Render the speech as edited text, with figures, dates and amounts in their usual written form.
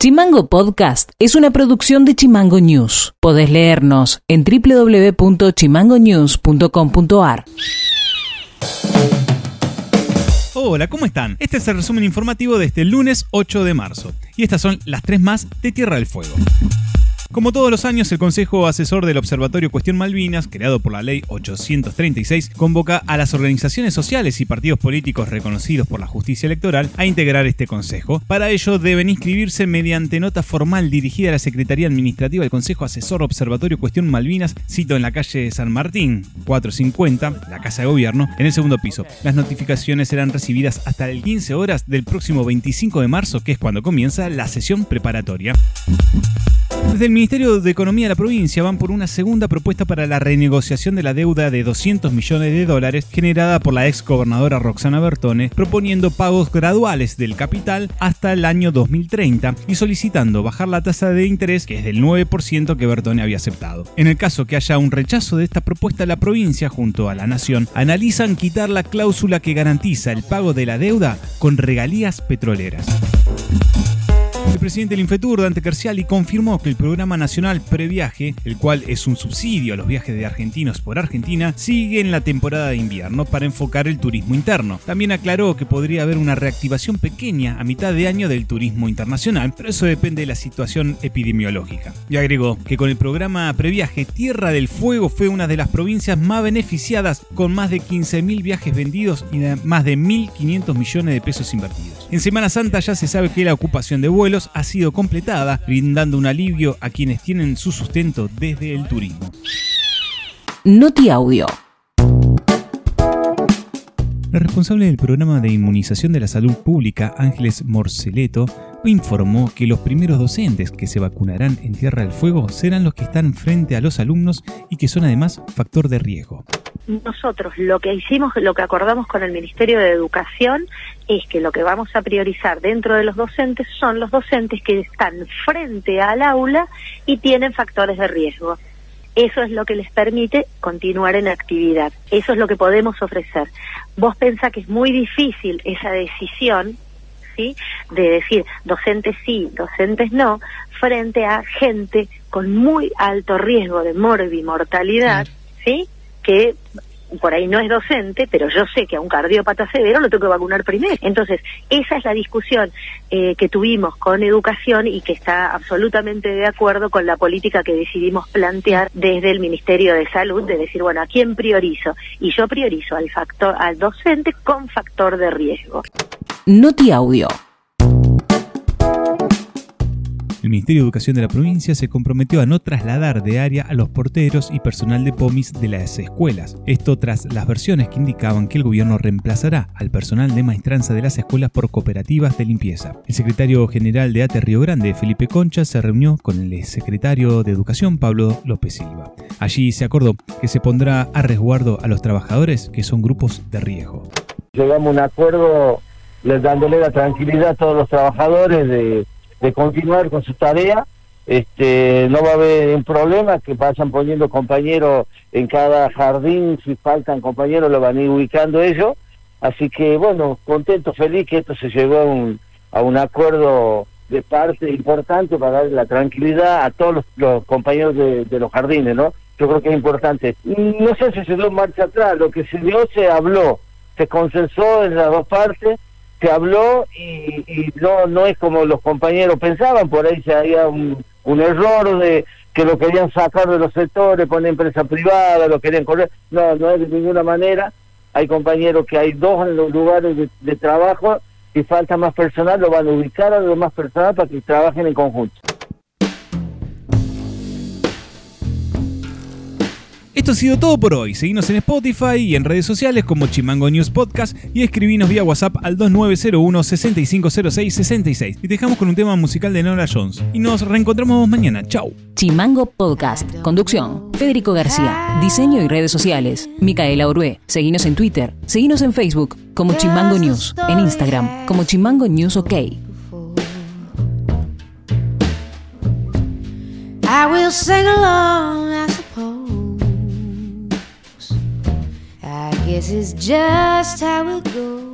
Chimango Podcast es una producción de Chimango News. Podés leernos en www.chimangonews.com.ar. Hola, ¿cómo están? Este es el resumen informativo de este lunes 8 de marzo. Y estas son las 3 más de Tierra del Fuego. Como todos los años, el Consejo Asesor del Observatorio Cuestión Malvinas, creado por la Ley 836, convoca a las organizaciones sociales y partidos políticos reconocidos por la justicia electoral a integrar este consejo. Para ello, deben inscribirse mediante nota formal dirigida a la Secretaría Administrativa del Consejo Asesor Observatorio Cuestión Malvinas, cito en la calle San Martín, 450, la Casa de Gobierno, en el segundo piso. Las notificaciones serán recibidas hasta el 15 horas del próximo 25 de marzo, que es cuando comienza la sesión preparatoria. Desde el Ministerio de Economía de la provincia van por una segunda propuesta para la renegociación de la deuda de $200 millones generada por la ex gobernadora Roxana Bertone, proponiendo pagos graduales del capital hasta el año 2030 y solicitando bajar la tasa de interés, que es del 9% que Bertone había aceptado. En el caso que haya un rechazo de esta propuesta, la provincia, junto a la Nación, analizan quitar la cláusula que garantiza el pago de la deuda con regalías petroleras. El presidente del Infetur, Dante Kerciali, confirmó que el Programa Nacional Previaje, el cual es un subsidio a los viajes de argentinos por Argentina, sigue en la temporada de invierno para enfocar el turismo interno. También aclaró que podría haber una reactivación pequeña a mitad de año del turismo internacional, pero eso depende de la situación epidemiológica. Y agregó que con el programa Previaje, Tierra del Fuego fue una de las provincias más beneficiadas, con más de 15.000 viajes vendidos y más de 1.500 millones de pesos invertidos. En Semana Santa ya se sabe que la ocupación de vuelos ha sido completada, brindando un alivio a quienes tienen su sustento desde el turismo. Noti Audio. La responsable del programa de inmunización de la salud pública, Ángeles Morceleto, informó que los primeros docentes que se vacunarán en Tierra del Fuego serán los que están frente a los alumnos y que son además factor de riesgo. Nosotros lo que acordamos con el Ministerio de Educación es que lo que vamos a priorizar dentro de los docentes son los docentes que están frente al aula y tienen factores de riesgo. Eso es lo que les permite continuar en actividad. Eso es lo que podemos ofrecer. Vos pensás que es muy difícil esa decisión, ¿sí?, de decir docentes sí, docentes no, frente a gente con muy alto riesgo de morbimortalidad, ¿sí?, que por ahí no es docente, pero yo sé que a un cardiópata severo lo tengo que vacunar primero. Entonces, esa es la discusión que tuvimos con educación y que está absolutamente de acuerdo con la política que decidimos plantear desde el Ministerio de Salud, de decir, bueno, ¿a quién priorizo? Y yo priorizo al docente con factor de riesgo. Noti Audio. El Ministerio de Educación de la provincia se comprometió a no trasladar de área a los porteros y personal de POMIS de las escuelas. Esto tras las versiones que indicaban que el gobierno reemplazará al personal de maestranza de las escuelas por cooperativas de limpieza. El secretario general de ATE Río Grande, Felipe Concha, se reunió con el secretario de Educación, Pablo López Silva. Allí se acordó que se pondrá a resguardo a los trabajadores que son grupos de riesgo. Llegamos a un acuerdo dándole la tranquilidad a todos los trabajadores de continuar con su tarea. No va a haber un problema, que vayan poniendo compañeros en cada jardín, si faltan compañeros lo van a ir ubicando ellos, así que bueno, contento, feliz que esto se llegó a un acuerdo de parte importante para darle la tranquilidad a todos los compañeros de los jardines, ¿no? Yo creo que es importante. No sé si se dio marcha atrás, lo que se dio se habló, se consensó en las dos partes, se habló y no es como los compañeros pensaban. Por ahí se había un error de que lo querían sacar de los sectores, poner empresa privada, lo querían correr. No es de ninguna manera. Hay compañeros que hay dos en los lugares de trabajo, si falta más personal lo van a ubicar a los más personal para que trabajen en conjunto. Esto ha sido todo por hoy. Seguinos en Spotify y en redes sociales como Chimango News Podcast y escribinos vía WhatsApp al 2901-6506-66. Y te dejamos con un tema musical de Nora Jones. Y nos reencontramos mañana. Chau. Chimango Podcast. Conducción: Federico García. Diseño y redes sociales: Micaela Orué. Seguinos en Twitter. Seguinos en Facebook como Chimango News. En Instagram como Chimango News OK. I will sing along, I suppose. I guess it's just how it goes.